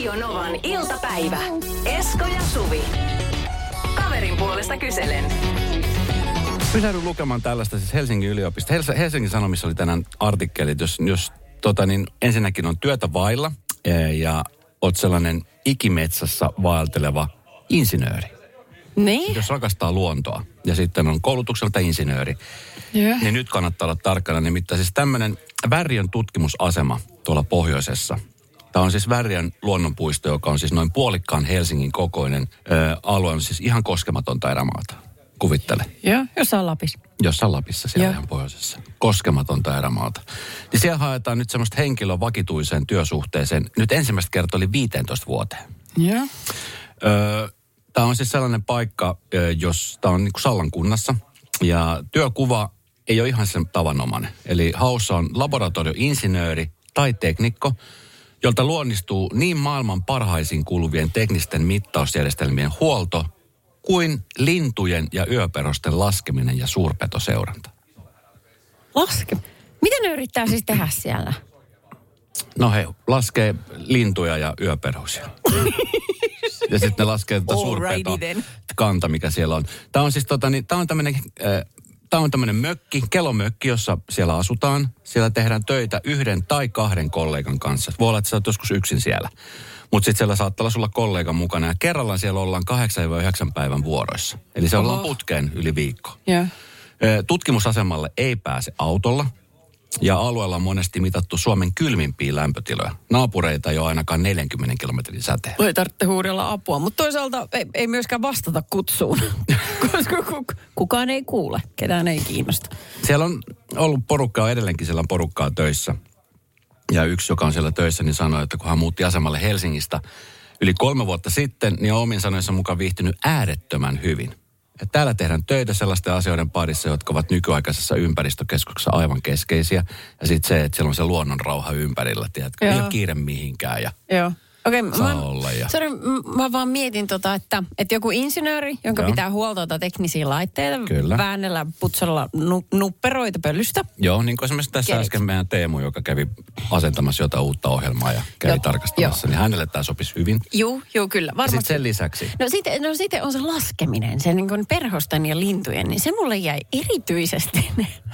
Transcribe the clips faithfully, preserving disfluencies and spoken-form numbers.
Radio Novan iltapäivä. Esko ja Suvi. Kaverin puolesta kyselen. Pysähdyn lukemaan tällaista siis Helsingin yliopisto. Hels- Helsingin Sanomissa oli tänään artikkelit, jos, jos tota niin, ensinnäkin on työtä vailla ja oot sellainen ikimetsässä vaelteleva insinööri. Niin? Jos rakastaa luontoa ja sitten on koulutukselta insinööri, yeah. niin nyt kannattaa olla tarkkana. Nimittäin siis tämmöinen Värriön tutkimusasema tuolla pohjoisessa. Tämä on siis Värriön luonnonpuisto, joka on siis noin puolikkaan Helsingin kokoinen ö, alue. On siis ihan koskematonta erämaata. Kuvittele. Joo, jossain Lapissa. Jossain Lapissa, siellä Joo. ihan pohjoisessa. Koskematonta erämaata. Niin siellä haetaan nyt semmoista henkilöä vakituiseen työsuhteeseen. Nyt ensimmäistä kertaa oli viisitoista vuoteen. Joo. Öö, tämä on siis sellainen paikka, jos tämä on niin kuin Sallan kunnassa. Ja työkuva ei ole ihan sen tavanomainen. Eli haussa on laboratorioinsinööri tai teknikko, jolta luonnistuu niin maailman parhaisiin kuuluvien teknisten mittausjärjestelmien huolto kuin lintujen ja yöperhosten laskeminen ja suurpetoseuranta. Laske. Miten ne yrittää siis tehdä siellä? No he laskee lintuja ja yöperhosia. Ja sitten ne laskee tätä suurpetokanta, mikä siellä on. Tämä on siis tota, niin, tämä on tämmöinen... Äh, Tämä on tämmöinen mökki, kelomökki, jossa siellä asutaan. Siellä tehdään töitä yhden tai kahden kollegan kanssa. Voi olla, että sä oot joskus yksin siellä. Mutta sitten siellä saattaa olla sulla kollegan mukana. Ja kerrallaan siellä ollaan kahdeksan yhdeksän päivän vuoroissa. Eli se ollaan putkeen yli viikko. Yeah. Tutkimusasemalle ei pääse autolla. Ja alueella on monesti mitattu Suomen kylmimpiä lämpötiloja. Naapureita ei ole ainakaan neljänkymmenen kilometrin säteen. Voi tarvitse huudella apua, mutta toisaalta ei, ei myöskään vastata kutsuun, koska kukaan ei kuule, ketään ei kiinnosta. Siellä on ollut porukkaa, edelleenkin siellä on porukkaa töissä. Ja yksi, joka on siellä töissä, niin sanoi, että kun hän muutti asemalle Helsingistä yli kolme vuotta sitten, niin on omin sanoissa mukaan viihtynyt äärettömän hyvin. Että täällä tehdään töitä sellaisten asioiden parissa, jotka ovat nykyaikaisessa ympäristökeskuksessa aivan keskeisiä. Ja sitten se, että siellä on se luonnonrauha ympärillä, tiedätkö? Ei ole kiire mihinkään ja Joo. Okei, saa mä, olla. Ja... sorry, mä vaan mietin tota, että, että joku insinööri, jonka Joo. pitää huoltaa teknisiä laitteita, Kyllä. väännellä, putsella nu, nupperoita pölystä. Joo, niin kuin esimerkiksi tässä Keit. äsken meidän Teemu, joka kävi asentamassa jotain uutta ohjelmaa ja kävi jo, tarkastamassa, jo. niin hänelle tämä sopisi hyvin. Joo, joo, kyllä. Varmasti. Sitten sen lisäksi. No sitten no sit on se laskeminen, se niin kuin perhosten ja lintujen, niin se mulle jäi erityisesti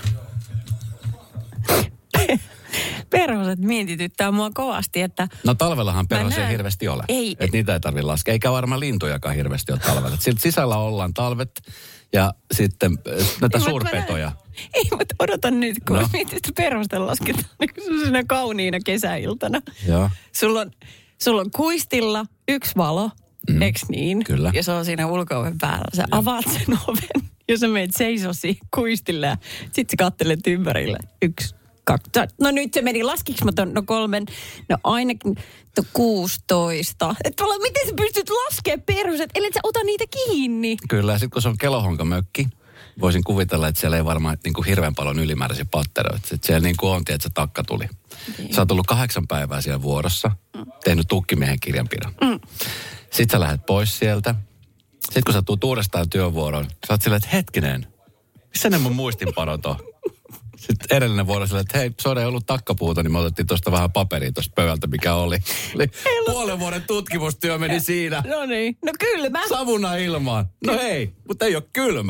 perhoset mietityttää mua kovasti, että... No talvellahan perhosia ei hirveästi ole. Ei. Että niitä ei tarvitse laskea. Eikä varmaan lintujakaan hirveästi ole talvella. Siltä sisällä ollaan talvet ja sitten näitä suurpetoja. Ei, mutta odota nyt, kun no. mietit, että perhosten lasketaan niin sellaisena kauniina kesäiltana. Joo. Sulla on, sulla on kuistilla yksi valo, mm. eks niin? Kyllä. Ja se on siinä ulko-oven päällä. Sä Joo. avaat sen oven ja sä meet seisosi kuistilla ja sit sä kattelet ympärille. Yksi, kaksi. No nyt se meni, laskiks mä ton, no kolmen, no ainakin no kuusitoista. Että miten sä pystyt laskemaan perhoset, ellei sä ota niitä kiinni? Kyllä, ja sit kun se on kelohonkamökki, voisin kuvitella, että siellä ei varmaan niin kuin hirveän paljon ylimääräisiä patteroita. Sitten siellä niin kuin on, että se takka tuli. Niin. Sä oot ollut kahdeksan päivää siellä vuorossa, mm. tehnyt tukkimiehen kirjanpidon. Mm. Sitten sä lähdet pois sieltä. Sitten kun sä tuut uudestaan työvuoroon, sä oot silleen, että hetkinen, missä ne mun muistinpanot on? Sitten edellinen vuoro silleen, että hei, sori, ei ollut takkapuuta, niin me otettiin tuosta vähän paperia tuosta pöydältä, mikä oli. Eli puolen vuoden tutkimustyö meni siinä. No niin, no kylmä. Savuna ilmaan. No ei, mutta ei ole kylmä.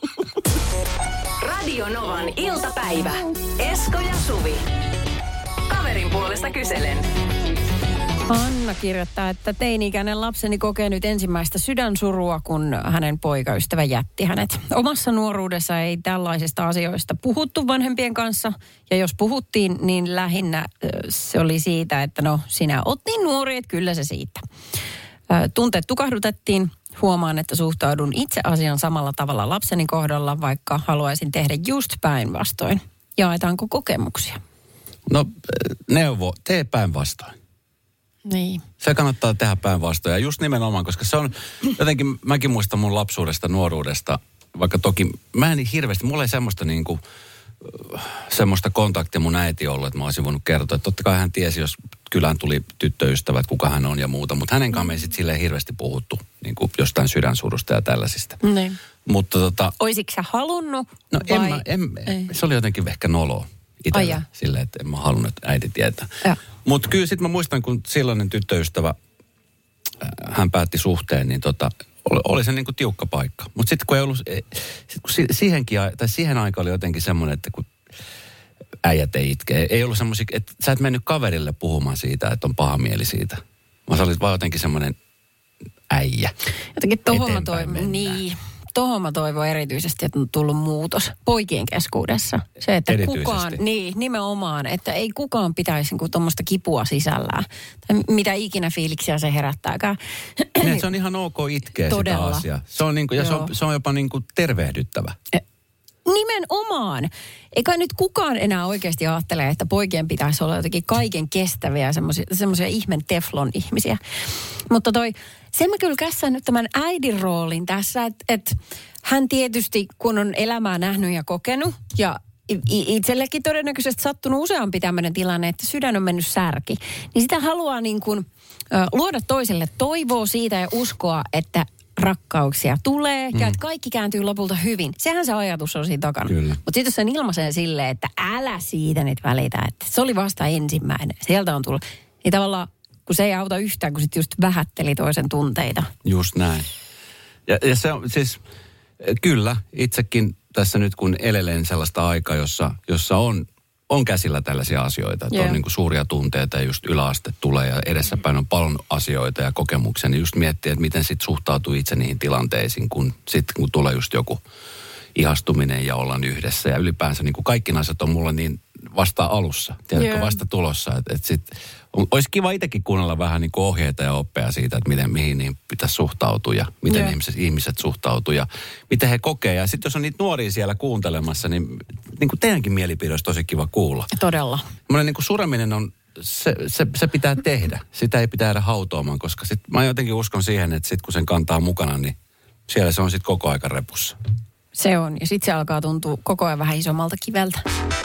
Radio Novan iltapäivä. Esko ja Suvi. Kaverin puolesta kyselen. Anna kirjoittaa, että teini-ikäinen lapseni kokee nyt ensimmäistä sydänsurua, kun hänen poikaystävä jätti hänet. Omassa nuoruudessa ei tällaisista asioista puhuttu vanhempien kanssa. Ja jos puhuttiin, niin lähinnä se oli siitä, että no sinä oot niin nuori, että kyllä se siitä. Tunteet tukahdutettiin. Huomaan, että suhtaudun itse asian samalla tavalla lapseni kohdalla, vaikka haluaisin tehdä just päinvastoin. Jaetaanko kokemuksia? No neuvo, tee päinvastoin. Niin. Se kannattaa tehdä päinvastoin. Ja just nimenomaan, koska se on jotenkin, mäkin muistan mun lapsuudesta, nuoruudesta, vaikka toki mä en hirveästi, mulla ei semmoista niinku, semmoista kontaktia mun äiti ollut, että mä olisin voinut kertoa. Että totta kai hän tiesi, jos kylään tuli tyttöystävä, että kuka hän on ja muuta. Mutta hänen kanssaan me ei sitten silleen hirveästi puhuttu niin kuin jostain sydänsurusta ja tällaisista. Niin. Mutta tota... Oisitko sä halunnut? No vai? en mä, en, se oli jotenkin ehkä noloa itsellä. Silleen, että en mä halunnut, että äiti tietää. Mutta kyllä sitten mä muistan, kun silloinen tyttöystävä hän päätti suhteen, niin tota, oli, oli se niin kuin tiukka paikka. Mutta sitten kun ei ollut, sit kun siihenkin, tai siihen aikaan oli jotenkin semmoinen, että kun äijät ei itke, ei ollut semmoisia, että sä et mennyt kaverille puhumaan siitä, että on paha mieli siitä. Vaan sä olit vaan jotenkin semmoinen äijä. Jotenkin tohon mä toivon, niin, tohon mä toivon erityisesti, että on tullut muutos poikien keskuudessa. Se, että kukaan, niin nimenomaan, että ei kukaan pitäisi niin tuommoista kipua sisällään. Tai mitä ikinä fiiliksiä se herättääkään. Niin, se on ihan ok itkeä sitä asiaa. Se on, niin kuin, ja se on, se on jopa niin kuin tervehdyttävä. E- Nimenomaan. Eikä nyt kukaan enää oikeasti ajattele, että poikien pitäisi olla jotenkin kaiken kestäviä, semmoisia ihmen teflon-ihmisiä. Mutta toi, sen mä kyllä kässään nyt tämän äidin roolin tässä, että et hän tietysti, kun on elämää nähnyt ja kokenut, ja itsellekin todennäköisesti sattunut useampi tämmöinen tilanne, että sydän on mennyt särki, niin sitä haluaa niin kuin, ö, luoda toiselle toivoa siitä ja uskoa, että rakkauksia tulee mm. ja että kaikki kääntyy lopulta hyvin. Sehän se ajatus on siinä takana. Mutta sitten jos sen ilmaisee silleen, että älä siitä nyt välitä, että se oli vasta ensimmäinen. Sieltä on tullut. Niin tavallaan, kun se ei auta yhtään, kun sitten just vähätteli toisen tunteita. Just näin. Ja, ja se on siis, kyllä, itsekin tässä nyt kun elelen sellaista aikaa, jossa, jossa on, on käsillä tällaisia asioita. Että yeah. on niin kuin suuria tunteita ja just yläaste tulee ja edessäpäin on paljon asioita ja kokemuksia. Niin just miettiä, että miten sitten suhtautuu itse niihin tilanteisiin, kun sitten kun tulee just joku ihastuminen ja ollaan yhdessä. Ja ylipäänsä niin kuin kaikki naiset on mulla niin vasta alussa, tiedätkö, yeah. vasta tulossa. Että et sitten olisi kiva itsekin kuunnella vähän niin kuin ohjeita ja oppeja siitä, että miten, mihin niin pitäisi suhtautua ja miten yeah. ihmiset, ihmiset suhtautuu ja miten he kokee. Ja sitten jos on niitä nuoria siellä kuuntelemassa, niin, niin kuin teidänkin mielipide olisi tosi kiva kuulla. Todella. Monen niin kuin sureminen on, se, se, se pitää tehdä. Sitä ei pitää jäädä hautoomaan, koska sit, mä jotenkin uskon siihen, että sit kun sen kantaa mukana, niin siellä se on sitten koko aika repussa. Se on. Ja sitten se alkaa tuntua koko ajan vähän isommalta kiveltä.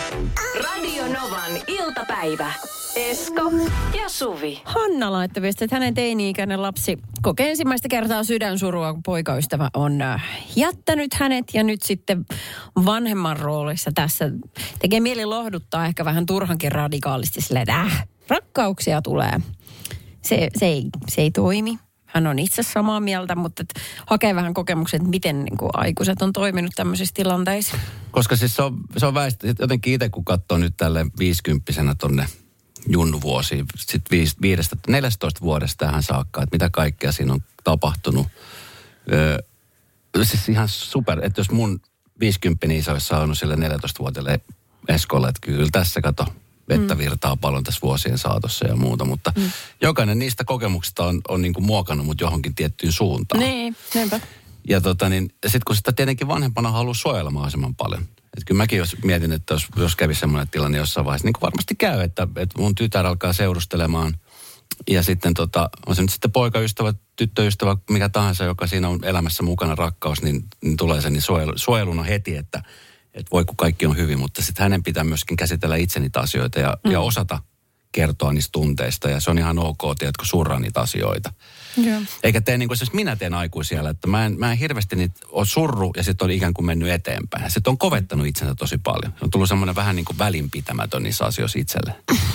Radio Novan iltapäivä. Esko ja Suvi. Hanna laittoi viestiä, että hänen teini-ikäinen lapsi kokee ensimmäistä kertaa sydänsurua, kun poikaystävä on jättänyt hänet. Ja nyt sitten vanhemman roolissa tässä tekee mieli lohduttaa ehkä vähän turhankin radikaalisti silleen, että äh, rakkauksia tulee. Se, se, ei, se ei toimi. Hän on itse samaa mieltä, mutta hakee vähän kokemuksia, että miten niin kuin aikuiset on toiminut tämmöisissä tilanteissa. Koska siis se on, se on väistä, jotenkin itse kun katsoo nyt tälle viisikymppisenä tonne junnuvuosiin, sitten viidestä, neljästätoista vuodesta tähän saakka, että mitä kaikkea siinä on tapahtunut. Öö, siis ihan super, että jos mun viisikymppinen isä olisi saanut sille neljätoistavuotiaille Eskolle, että kyllä tässä kato, vettä virtaa paljon tässä vuosien saatossa ja muuta, mutta mm. jokainen niistä kokemuksista on, on niin kuin muokannut mut johonkin tiettyyn suuntaan. Niin, niinpä. Ja tota niin, sitten kun sitä tietenkin vanhempana haluaa suojella mahdollisimman paljon. Että kyllä mäkin jos mietin, että jos, jos kävisi semmoinen tilanne jossain vaiheessa, niin kuin varmasti käy, että, että mun tytär alkaa seurustelemaan. Ja sitten tota, on se nyt sitten poikaystävä, tyttöystävä, mikä tahansa, joka siinä on elämässä mukana, rakkaus, niin, niin tulee se niin suojelu, suojeluna heti, että, että voi kun kaikki on hyvin. Mutta sitten hänen pitää myöskin käsitellä itse niitä asioita ja, mm. ja osata kertoa niistä tunteista. Ja se on ihan ok, tiedätkö, surraa niitä asioita. Yeah. Eikä tee niin kuin siis minä teen aikuisiellä, että mä en, mä en hirveästi niitä ole surru ja sitten on ikään kuin mennyt eteenpäin. Sitten on kovettanut itsensä tosi paljon. On tullut semmoinen vähän niin kuin välinpitämätön niissä asioissa itselle.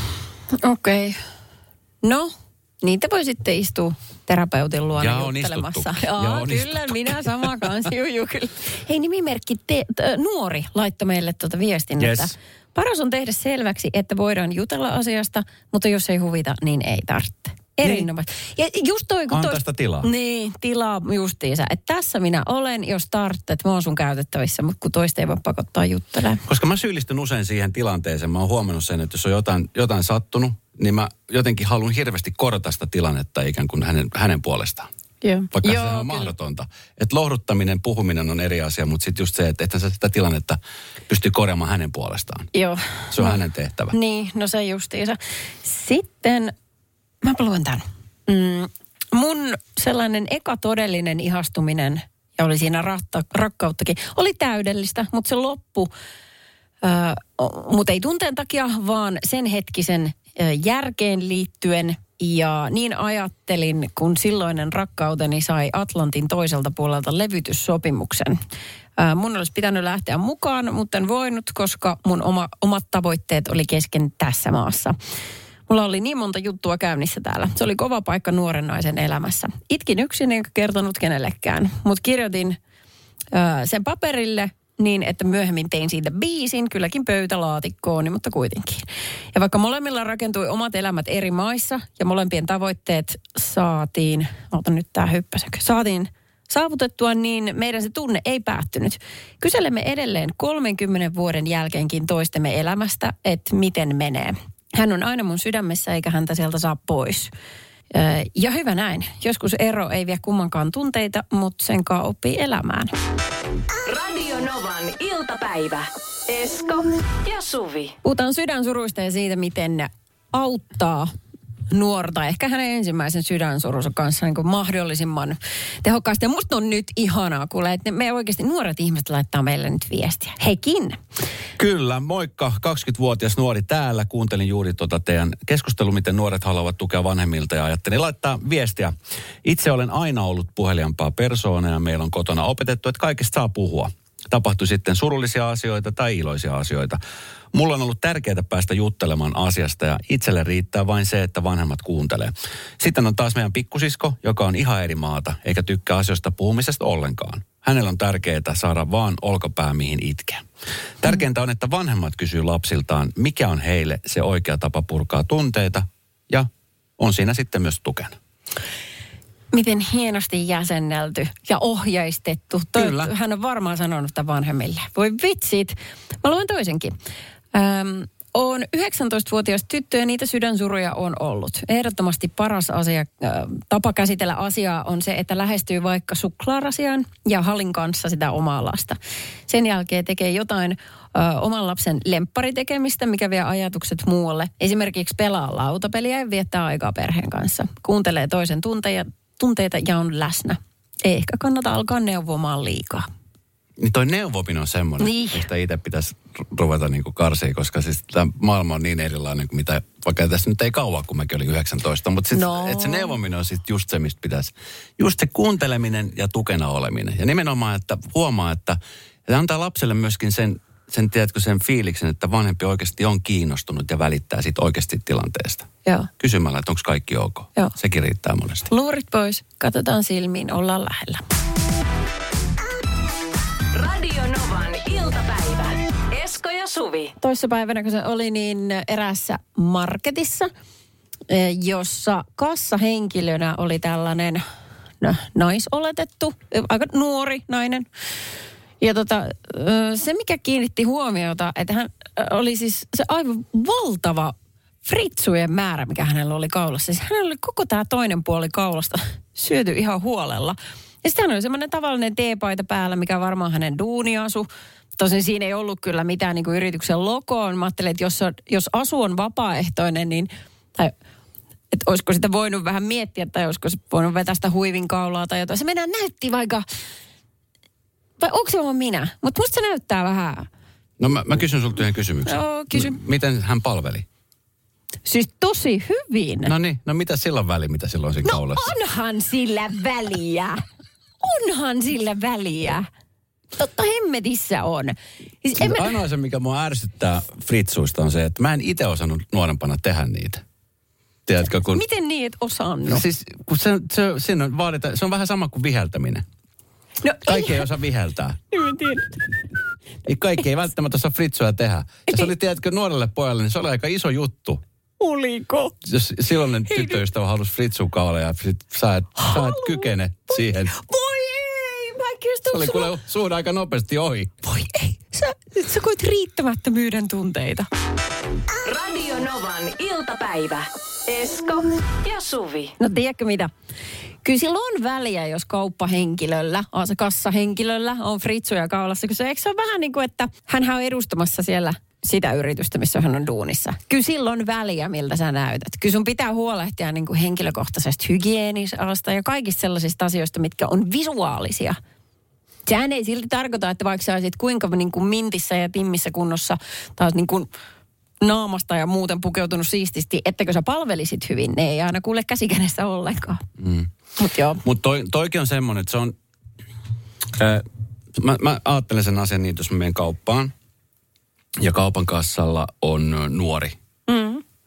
Okei. Okay. No, niitä voi sitten istua terapeutin luona ja juttelemassa. Ja Joo, on kyllä, istuttu. minä sama kanssa. Juu, juu, kyllä. Hei, nimimerkki te, t, Nuori laittoi meille tuota viestin, yes. että paras on tehdä selväksi, että voidaan jutella asiasta, mutta jos ei huvita, niin ei tarvitse. Erinomaisesti. Ja just toi, kun Antaa toi, sitä tilaa. Niin, tilaa justiinsa. Että tässä minä olen, jos tarvitset, mä oon sun käytettävissä, mutta kun toista ei voi pakottaa juttelemaan. Koska mä syyllistyn usein siihen tilanteeseen. Mä oon huomannut sen, että jos on jotain, jotain sattunut, niin mä jotenkin haluan hirveästi korjata sitä tilannetta ikään kuin hänen, hänen puolestaan. Joo. Vaikka Joo, se on kyllä. mahdotonta. Että lohduttaminen, puhuminen on eri asia, mutta sitten just se, että ethän sä sitä tilannetta pystyy korjaamaan hänen puolestaan. Joo. Se on no, hänen tehtävä. Niin, no se justiinsa. Sitten, mä luen tämän. Mm, mun sellainen eka todellinen ihastuminen, ja oli siinä rahta, rakkauttakin, oli täydellistä, mutta se loppu, äh, mutta ei tunteen takia, vaan sen hetkisen äh, järkeen liittyen. Ja niin ajattelin, kun silloinen rakkauteni sai Atlantin toiselta puolelta levytyssopimuksen. Ää, mun olisi pitänyt lähteä mukaan, mutta en voinut, koska mun oma, omat tavoitteet oli kesken tässä maassa. Mulla oli niin monta juttua käynnissä täällä. Se oli kova paikka nuoren naisen elämässä. Itkin yksin enkä kertonut kenellekään, mutta kirjoitin ö, sen paperille niin, että myöhemmin tein siitä biisin, kylläkin pöytälaatikkoon, mutta kuitenkin. Ja vaikka molemmilla rakentui omat elämät eri maissa ja molempien tavoitteet saatiin, ota nyt tää hyppäsekö, saatiin saavutettua, niin meidän se tunne ei päättynyt. Kyselemme edelleen kolmenkymmenen vuoden jälkeenkin toistemme elämästä, että miten menee. Hän on aina mun sydämessä eikä häntä sieltä saa pois. Ja hyvä näin. Joskus ero ei vie kummankaan tunteita, mutta senkaan oppii elämään. Radio Novan iltapäivä. Esko ja Suvi. Puhutaan sydänsuruista ja siitä, miten auttaa nuorta, ehkä hänen ensimmäisen sydänsurunsa kanssa niin kuin mahdollisimman tehokkaasti. Ja musta on nyt ihanaa, kuule, että me oikeasti nuoret ihmiset laittaa meille nyt viestiä. Heikin. Kyllä, moikka. kaksikymmentävuotias nuori täällä. Kuuntelin juuri tuota teidän keskustelua, miten nuoret haluavat tukea vanhemmilta ja ajattelin laittaa viestiä. Itse olen aina ollut puheliampaa persoona ja meillä on kotona opetettu, että kaikesta saa puhua. Tapahtui sitten surullisia asioita tai iloisia asioita. Mulla on ollut tärkeää päästä juttelemaan asiasta ja itselle riittää vain se, että vanhemmat kuuntelee. Sitten on taas meidän pikkusisko, joka on ihan eri maata, eikä tykkää asioista puhumisesta ollenkaan. Hänellä on tärkeää saada vaan olkapää mihin itkeä. Tärkeintä on, että vanhemmat kysyy lapsiltaan, mikä on heille se oikea tapa purkaa tunteita ja on siinä sitten myös tukena. Miten hienosti jäsennelty ja ohjeistettu. Kyllä. Hän on varmaan sanonut tämän vanhemmille. Voi vitsit. Mä luen toisenkin. Öm, on yhdeksäntoistavuotias tyttö ja niitä sydänsuruja on ollut. Ehdottomasti paras asia, äh, tapa käsitellä asiaa on se, että lähestyy vaikka suklaarasian ja hallin kanssa sitä omaa lasta. Sen jälkeen tekee jotain äh, oman lapsen lempparitekemistä, mikä vie ajatukset muualle. Esimerkiksi pelaa lautapeliä ja viettää aikaa perheen kanssa. Kuuntelee toisen tunteja, tunteita ja on läsnä. Ei ehkä kannata alkaa neuvomaan liikaa. Niin toi neuvominen on semmoinen, niin. Mistä itse pitäisi ruveta niinku karsia, koska siis tämä maailma on niin erilainen kuin mitä, vaikka tässä nyt ei kauan, kun mäkin olin yhdeksäntoista, mutta sit, no. et se neuvominen on sitten just se, mistä pitäisi, just se kuunteleminen ja tukena oleminen. Ja nimenomaan, että huomaa, että, että antaa lapselle myöskin sen, sen, tiedätkö, sen fiiliksen, että vanhempi oikeasti on kiinnostunut ja välittää siitä oikeasti tilanteesta. Joo. Kysymällä, että onko kaikki ok. Joo. Sekin riittää monesti. Luurit pois, katsotaan silmiin, ollaan lähellä. Radio Novan iltapäivä. Esko ja Suvi. Toissapäivänä, kun se oli, niin eräässä marketissa, jossa kassahenkilönä oli tällainen no, naisoletettu, aika nuori nainen. Ja tota, se, mikä kiinnitti huomiota, että hän oli siis se aivan valtava fritsujen määrä, mikä hänellä oli kaulassa. Siis hänellä oli koko tämä toinen puoli kaulasta syöty ihan huolella. Ja sitten hän oli semmoinen tavallinen teepaita päällä, mikä varmaan hänen duuniasu. Tosin siinä ei ollut kyllä mitään niin kuin yrityksen logoon. Mä ajattelin, että jos, on, jos asu on vapaaehtoinen, niin tai, että olisiko sitä voinut vähän miettiä, tai olisiko se voinut vetää sitä huivin kaulaa tai jotain. Se mennään näytti vaikka, vai onko se vaan minä? Mutta musta se näyttää vähän. No mä, mä kysyn sulta yhden kysymyksen. Joo, kysy. M- miten hän palveli? Siis tosi hyvin. No niin, no mitä sillä on väliä, mitä silloin siinä no kaulassa? onhan sillä väliä. Onhan sillä väliä. Totta hemmetissä on. Siis Siis ainoa se, mikä mua ärsyttää fritsuista on se, että mä en itse osannut nuorempana tehdä niitä. Tiedätkö, kun... Miten niin, et osannut? Siis kun se, se, siinä on, vaadita, se on vähän sama kuin viheltäminen. No, Kaikki ei osaa viheltää. En tiedä. Niin kaikki ei välttämättä osaa fritsuja tehdä. Ja se oli, tiedätkö, nuorelle pojalle, niin se oli aika iso juttu. Oliko? Jos silloinen tyttöystävä halusi fritsun kaula ja sit sä et, sä et kykene siihen. Voi ei, mä Se oli sulla... kuule suhde aika nopeasti ohi. Voi ei, sä, sä koit riittämättömyyden tunteita. Radio Novan iltapäivä. Esko ja Suvi. No tiedätkö mitä? Kyllä sillä on väliä, jos kauppahenkilöllä, kassahenkilöllä on fritsuja kaulassa. Kun se, eikö se ole vähän niin kuin, että hänhän on edustamassa siellä sitä yritystä, missä hän on duunissa. Kyllä sillä on väliä, miltä sä näytät. Kyllä sun pitää huolehtia niin kuin henkilökohtaisesta hygieenisalasta ja kaikista sellaisista asioista, mitkä on visuaalisia. Sehän ei silti tarkoita, että vaikka sä olisit kuinka niin kuin mintissä ja timmissä kunnossa, tai niin kuin naamasta ja muuten pukeutunut siististi, ettekö sä palvelisit hyvin. Ne ei aina kuule käsikädessä ollenkaan. Mm. Mutta joo. Mutta toi, toikin on semmoinen, että se on... Ää, mä, mä ajattelen sen asian niin, jos mä menen kauppaan, ja kaupan kassalla on nuori. Mm.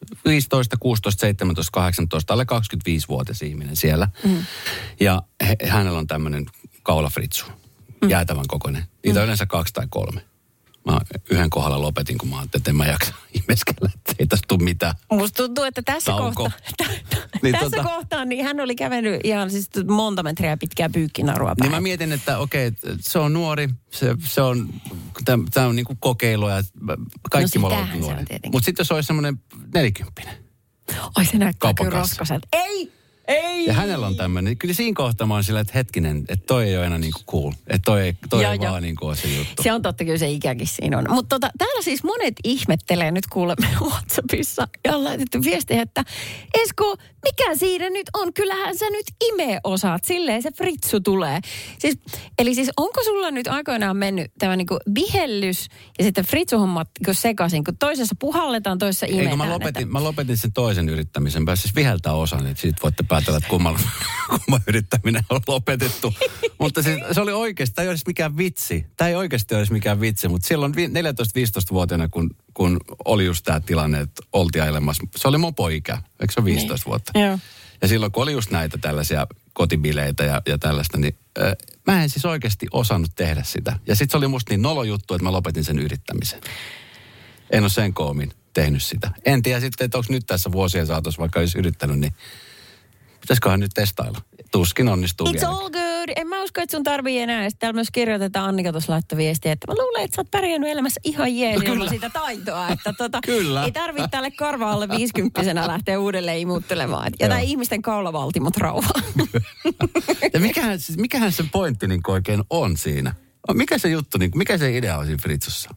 viisitoista, kuusitoista, seitsemäntoista, kahdeksantoista, alle kaksikymmentäviisivuotias ihminen siellä. Mm. Ja he, hänellä on tämmöinen kaulafritsu, mm. jäätävän kokoinen. Niitä mm. on yleensä kaksi tai kolme. Mä yhden kohdalla lopetin, kun mä ajattelin, että en mä jaksa ihmeskellä, että ei tässä tule mitään. Musta tuntuu, että tässä, kohta, niin tässä tota, kohtaa niin hän oli kävellyt ihan siis monta metriä pitkää pyykkinarua päin. Niin mä mietin, että okei, se on nuori, se, se on, tämä on niinku kokeilu ja kaikki no, me ollaan nuori. Mutta sitten jos olisi semmoinen nelikymppinen. Ai se näyttää kyllä roskaselta. Ei! Ei. Ja hänellä on tämmöinen, kyllä siinä kohtaa mä oon sillä, että hetkinen, että toi ei ole enää niinku cool. Että toi ei, toi ei vaan niinku ole se juttu. Se on totta, kyllä se ikäkin siinä on. Mutta tota, täällä siis monet ihmettelee nyt kuulemme WhatsAppissa ja on laitettu viestiä, että Esko, mikä siinä nyt on? Kyllähän sä nyt imee osaat, silleen se fritsu tulee. Siis, eli siis onko sulla nyt aikoinaan mennyt tämä niinku vihellys ja sitten fritsuhommat niinku sekaisin, kun toisessa puhalletaan, toisessa imetään? Eikö mä lopetin, että... mä lopetin sen toisen yrittämisen, pääsin siis viheltää osan, että sit voitte päätellä, että kumman, kumman yrittäminen on lopetettu. Mutta siis, se oli oikeasti, tämä ei olisi mikään vitsi. Tämä ei oikeasti olisi mikään vitsi, mutta silloin neljätoista-viisitoista-vuotiaana, kun, kun oli just tämä tilanne, että oltiin ailemassa, se oli mopo-ikä, eikö se ole viisitoista niin. vuotta? Joo. Ja silloin, kun oli just näitä tällaisia kotibileitä ja, ja tällaista, niin äh, mä en siis oikeasti osannut tehdä sitä. Ja sitten se oli musta niin nolo juttu, että mä lopetin sen yrittämisen. En ole sen koomin tehnyt sitä. En tiedä sitten, että onko nyt tässä vuosien saatossa, vaikka olisi yrittänyt, niin pitäisiköhän nyt testailla? Tuskin onnistuu It's vieläkin. all good. En mä usko, että sun tarvii enää. Ja täällä myös kirjoitetaan, Annika tuossa laittoi viestiä, että mä luulen, että sä oot pärjännyt elämässä ihan jees no, ilman sitä taitoa. Että tota, kyllä. Ei tarvitse tälle karva alle viisikymppisenä lähteä uudelleen imuttelemaan. Jätä ihmisten kaulavaltimot rauhaan. Ja mikähän, siis, mikähän se pointti niin oikein on siinä? Mikä se juttu, niin, mikä se idea on siinä fritsussa?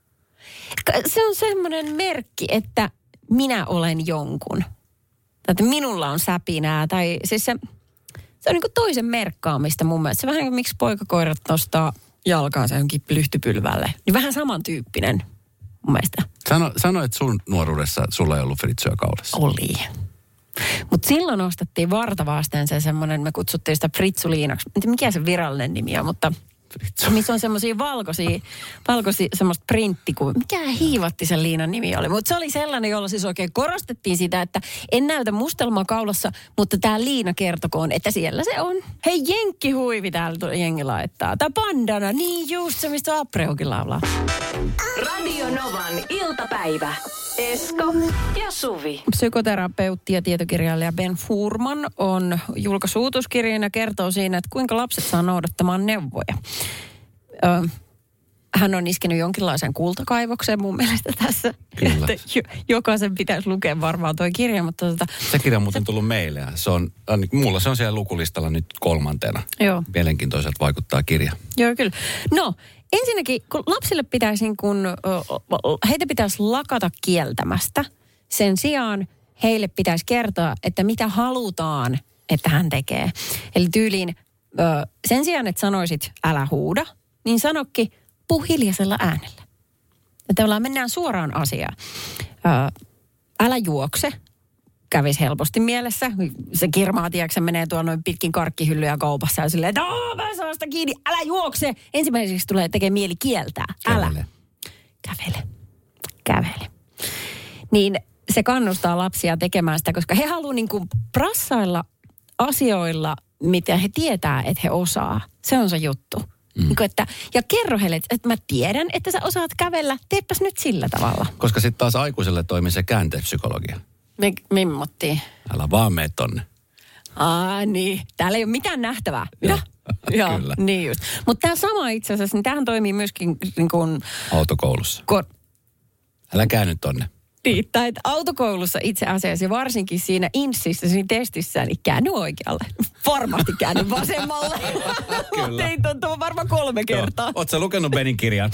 Se on semmoinen merkki, että minä olen jonkun. Että minulla on säpinää. Tai siis se, se on niin kuin toisen merkkaamista mun mielestä. Se vähän kuin miksi poikakoirat nostaa jalkaansa johonkin lyhtypylvälle. Niin vähän samantyyppinen mun mielestä. Sano, sano että sun nuoruudessa sulla ei ollut fritsuja kaulassa. Oli. Mutta silloin ostettiin vartavasten se semmoinen, me kutsuttiin sitä fritsuliinaksi. En tiedä mikä se virallinen nimi on, mutta... Fritsu. Missä on semmoisia valkoisia, valkoisia semmoista printtikuvia. Mikä hiivatti sen liinan nimi oli? Mutta se oli sellainen, jolla siis oikein korostettiin sitä, että en näytä mustelmaa kaulassa, mutta tämä liina kertokoon, että siellä se on. Hei, jenkkihuivi täällä jengi laittaa. Tämä bandana, niin just se, mistä Apreukin laulaa. Radio Novan iltapäivä. Esko ja Suvi. Psykoterapeutti ja tietokirjailija Ben Furman on julkaissut uutuuskirjan ja kertoo siinä, että kuinka lapset saa noudattamaan neuvoja. Ö, hän on iskenyt jonkinlaisen kultakaivokseen mun mielestä tässä. Kyllä. Jokaisen pitäisi lukea varmaan toi kirja, mutta tota... Se kirja on muuten tullut meille ja se on, mulla se on siellä lukulistalla nyt kolmantena. Joo. Mielenkiintoiselta vaikuttaa kirja. Joo, kyllä. No, ensinnäkin, kun lapsille pitäisi, niin kun, heitä pitäisi lakata kieltämästä, sen sijaan heille pitäisi kertoa, että mitä halutaan, että hän tekee. Eli tyyliin, sen sijaan, että sanoisit älä huuda, niin sanokki puhu hiljaisella äänellä. Ja tavallaan mennään suoraan asiaan. Älä juokse. Kävisi helposti mielessä. Se kirmaa, tiedätkö, menee tuolla noin pitkin karkkihyllyjä kaupassa ja silleen, että aah, mä saan sitä kiinni, älä juokse. Ensimmäiseksi tulee tekee mieli kieltää. Älä. Kävele. Kävele. Kävele. Niin se kannustaa lapsia tekemään sitä, koska he haluaa niin kuin prassailla asioilla, mitä he tietää, että he osaa. Se on se juttu. Mm. Niin kuin, että, ja kerro heille, että mä tiedän, että sä osaat kävellä. Teepäs nyt sillä tavalla. Koska sitten taas aikuiselle toimii se kääntepsykologia. Me, mimmottiin. Älä vaan mene tonne. Aa, niin. Täällä ei ole mitään nähtävää. Mitä? Joo, kyllä. Niin just. Mutta tämä sama itse asiassa, niin tämähän toimii myöskin niin kuin... Autokoulussa. Ko- Älä käänny tonne. Niin, tai että autokoulussa itse asiassa, varsinkin siinä insissä, siinä testissä, niin käänny oikealle. Varmasti käänny vasemmalle. Mutta ei tuon varmaan kolme kertaa. Ootko sä lukenut Benin kirjan?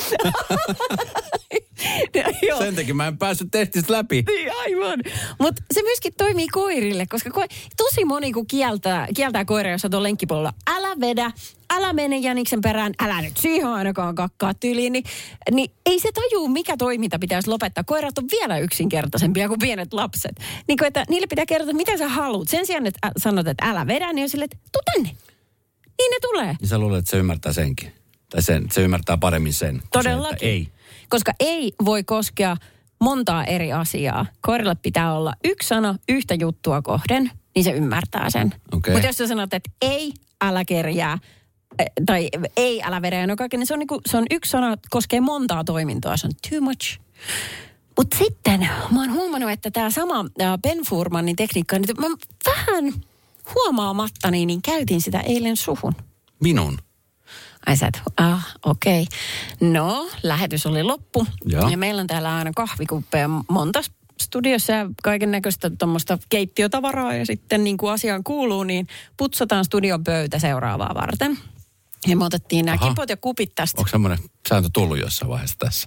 Joo. Sen takia mä en päässyt testistä läpi. Niin, aivan. Mutta se myöskin toimii koirille, koska ko- tosi moni kun kieltää, kieltää koiria, jos olet lenkkipolulla. Älä vedä, älä mene jäniksen perään, älä nyt siihen ainakaan kakkaa tyyliin. Niin, niin ei se tajuu, mikä toiminta pitäisi lopettaa. Koirat on vielä yksinkertaisempia kuin pienet lapset. Niin kuin, että niille pitää kertoa, mitä sä haluat. Sen sijaan, että sanot, että älä vedä, niin on silleen, että tuu tänne. Niin ne tulee. Niin sä luulet, että se ymmärtää senkin. Tai sen, se ymmärtää paremmin sen. Todellakin. Se, että ei. Koska ei voi koskea montaa eri asiaa. Koiralle pitää olla yksi sana yhtä juttua kohden, niin se ymmärtää sen. Okay. Mutta jos sä sanot, että ei, älä kerjää, tai ei, älä vedä ja no kaiken, niin se on, niinku, se on yksi sana, koskee montaa toimintoa. Se on too much. Mutta sitten mä oon huomannut, että tämä sama äh, Ben Furmanin tekniikka, niin mä vähän huomaamattani, niin käytin sitä eilen suhun. Minun? Ai sä et, ah, okei. Okay. No, lähetys oli loppu. Ja, ja meillä on täällä aina kahvikuppeja monta studiossa ja kaiken näköistä tuommoista keittiötavaraa. Ja sitten niin kuin asiaan kuuluu, niin putsataan studion pöytä seuraavaa varten. Ja me otettiin nämä kipot ja kupit tästä. Onko semmoinen sääntö tullut jossain vaiheessa tässä?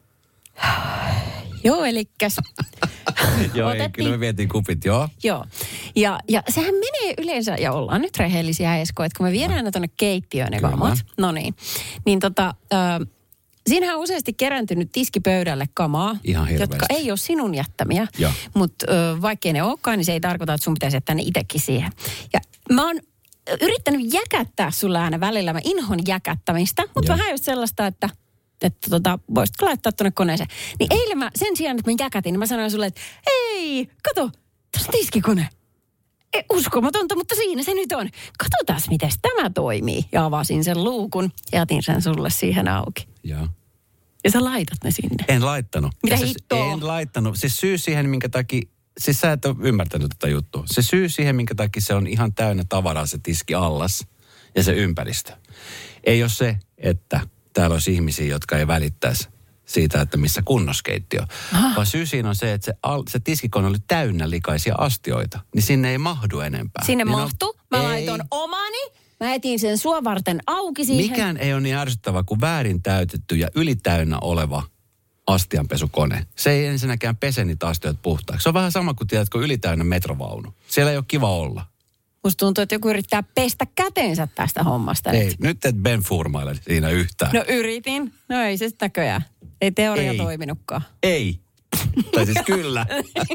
Joo, elikkäs. Joo, ei, kyllä me vietiin kupit, joo. Joo. Ja, ja sehän menee yleensä, ja ollaan nyt rehellisiä Esko, että kun me viedään ne tuonne keittiöön ne kamat, no niin, niin tota, äh, siinähän on useasti kerääntynyt tiskipöydälle kamaa, ihan hirveästi, jotka ei ole sinun jättämiä, mutta äh, vaikkei ne olekaan, niin se ei tarkoita, että sun pitäisi jättää ne itsekin siihen. Ja mä oon yrittänyt jäkättää sulle aina välillä, mä inhon jäkättämistä, mutta vähän just sellaista, että että tota, voisitko laittaa tuonne koneeseen. Niin eilen mä sen sijaan, että mä jäkätin, niin mä sanoin sulle, että hei, kato, tässä on tiskikone. E, uskomatonta, mutta siinä se nyt on. Katsotaan, miten tämä toimii. Ja avasin sen luukun ja jätin sen sulle siihen auki. Joo. Ja sä laitat ne sinne. En laittanut. Mitä siis hittoa? En laittanut. Siis syy siihen, minkä takia, siis sä et ole ymmärtänyt tätä juttua. Se syy siihen, minkä takia se on ihan täynnä tavaraa se tiski allas ja se ympäristö. Ei ole se, että täällä olisi ihmisiä, jotka ei välittäisi siitä, että missä kunnoskeittiö. Ah. Vaan syy siinä on se, että se, al, se tiskikone oli täynnä likaisia astioita. Niin sinne ei mahdu enempää. Sinne niin mahtuu. Mä ei. laitoin omani. Mä etin sen sua varten auki siihen. Mikään ei ole niin ärsyttävä kuin väärin täytetty ja ylitäynnä oleva astianpesukone. Se ei ensinnäkään pese niitä astioita puhtaaksi. Se on vähän sama kuin, tiedätkö, ylitäynnä metrovaunu. Siellä ei ole kiva olla. Musta tuntuu, että joku yrittää pestä käteensä tästä hommasta. Ei, nyt, nyt et Ben Furmaile siinä yhtään. No yritin. No ei se sitä näköjään. Ei teoria ei. toiminutkaan. Ei. Tai siis kyllä.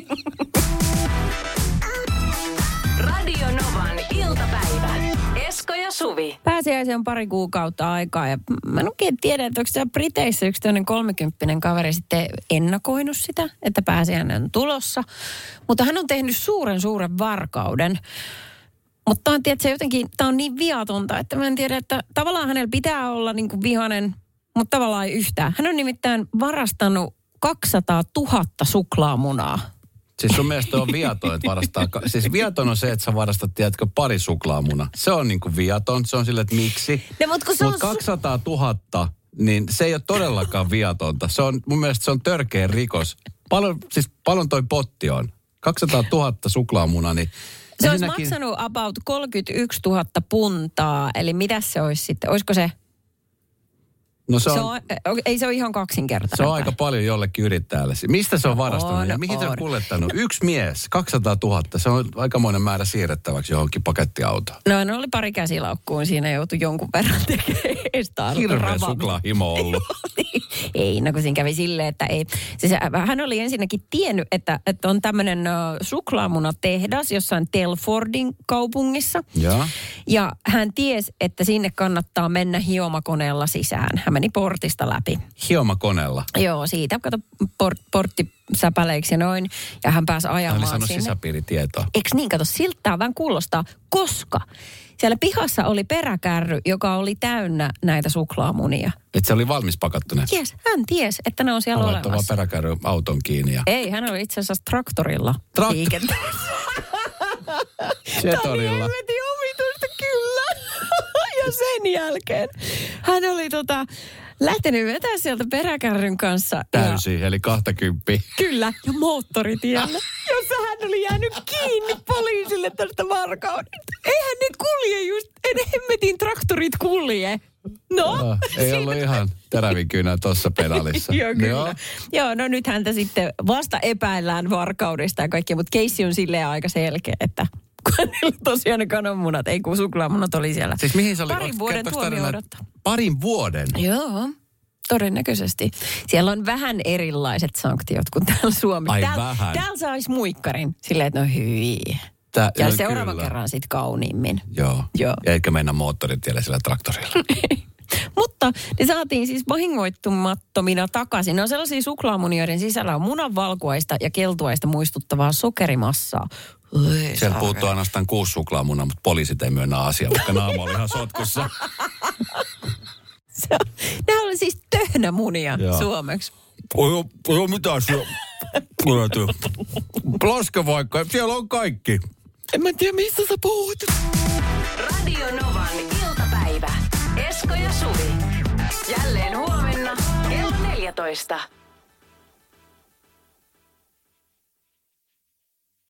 Radio Novan iltapäivä. Esko ja Suvi. Pääsiäisen on pari kuukautta aikaa ja mä en oikein tiedä, että onko siellä Briteissä yksi tämmöinen kolmekymppinen kaveri sitten ennakoinut sitä, että pääsiäinen on tulossa. Mutta hän on tehnyt suuren suuren varkauden. Mutta on, tiedätkö, jotenkin, tämä on niin viatonta, että mä en tiedä, että tavallaan hänellä pitää olla niin kuin vihainen, mutta tavallaan ei yhtään. Hän on nimittäin varastanut kaksisataatuhatta suklaamunaa. Siis sun mielestä on viaton, että varastaa... Siis viaton on se, että sä varastat, tiedätkö, pari suklaamuna. Se on niin kuin viaton. Se on silleen, että miksi. No, mutta se Mut on... kaksisataatuhatta, niin se ei ole todellakaan viatonta. Se on, mun mielestä se on törkeä rikos. Paljon, siis paljon toi potti on. kaksisataatuhatta suklaamuna, niin... Se olisi maksanut about kolmekymmentäyksituhatta puntaa, eli mitä se olisi sitten? Olisiko se... No se on, se on, ei se ole ihan kaksinkertainen. Se on aika paljon jollekin yrittäjälle. Mistä se on varastanut on, ja mihin on. se on kuljettanut? Yksi mies, kaksisataatuhatta. Se on aikamoinen määrä siirrettäväksi johonkin pakettiautoon. No, no oli pari käsilaukkuun. Siinä joutui jonkun verran tekemään. Hirveä suklaahimo ollut. Ei, no kun siinä kävi silleen, että ei. Siis hän oli ensinnäkin tiennyt, että, että on tämmöinen uh, suklaamunatehdas jossain Telfordin kaupungissa. Ja. Ja hän tiesi, että sinne kannattaa mennä hiomakoneella sisään. Hän meni portista läpi. Hiomakoneella? Joo, siitä kato port, porttisäpäleiksi ja noin. Ja hän pääsi ajamaan sinne. Hän oli sanonut sisäpiiritietoa. Eikö niin? Kato, siltä tämä vähän kuulostaa, koska siellä pihassa oli peräkärry, joka oli täynnä näitä suklaamunia. Että se oli valmis pakattu ne? Ties, hän tiesi, että ne on siellä olemassa. Aloittava peräkärry auton kiinni. Ja... Ei, hän oli itse asiassa traktorilla Traktor- liikenteessä. Jetonilla. Tämä oli omituista, kyllä. Ja sen jälkeen hän oli tota, lähtenyt vetää sieltä peräkärryn kanssa. Täysin, ja, eli kahtakympi. Kyllä, ja moottoritiellä, jossa hän oli jäänyt kiinni poliisille tästä varkaudesta. Eihän ne kulje just, en hemmetin traktorit kulje. No, no ei ollut ihan terävikynä tuossa pedalissa. Joo, kyllä. Joo. Joo, no nyt häntä sitten vasta epäillään varkaudesta ja kaikkea, mutta keissi on silleen aika selkeä, että kun hänellä tosiaan ne kananmunat, ei kun suklaamunat oli siellä. Siis mihin se oli? Parin vuoden tuomio odottaa. Parin vuoden? Joo, todennäköisesti. Siellä on vähän erilaiset sanktiot kuin täällä Suomessa. Ai täällä, vähän? Täällä saisi muikkarin silleen, että no hyi. Tää, ja no, seuraavan kyllä. kerran sitten kauniimmin. Joo. Joo. Ja eikä mennä moottoritielle sillä traktorilla. Mutta Mutta ne saatiin siis vahingoittumattomina takaisin. Ne on sellaisia suklaamunioiden sisällä on munanvalkuaista ja keltuaista muistuttavaa sokerimassaa. Oi, Siellä puuttuu ainoastaan kuusi suklaamunaa, mutta poliisit ei myönnä asiaa, vaikka naama oli ihan sotkussa. Nämä oli siis töhnämunia Joo. suomeksi. Oi, ei ole mitään syö. Laske vaikka, siellä on kaikki. En mä tiedä, mistä sä puhut. Radio Novan iltapäivä. Esko ja Suvi. Jälleen huomenna kello neljätoista.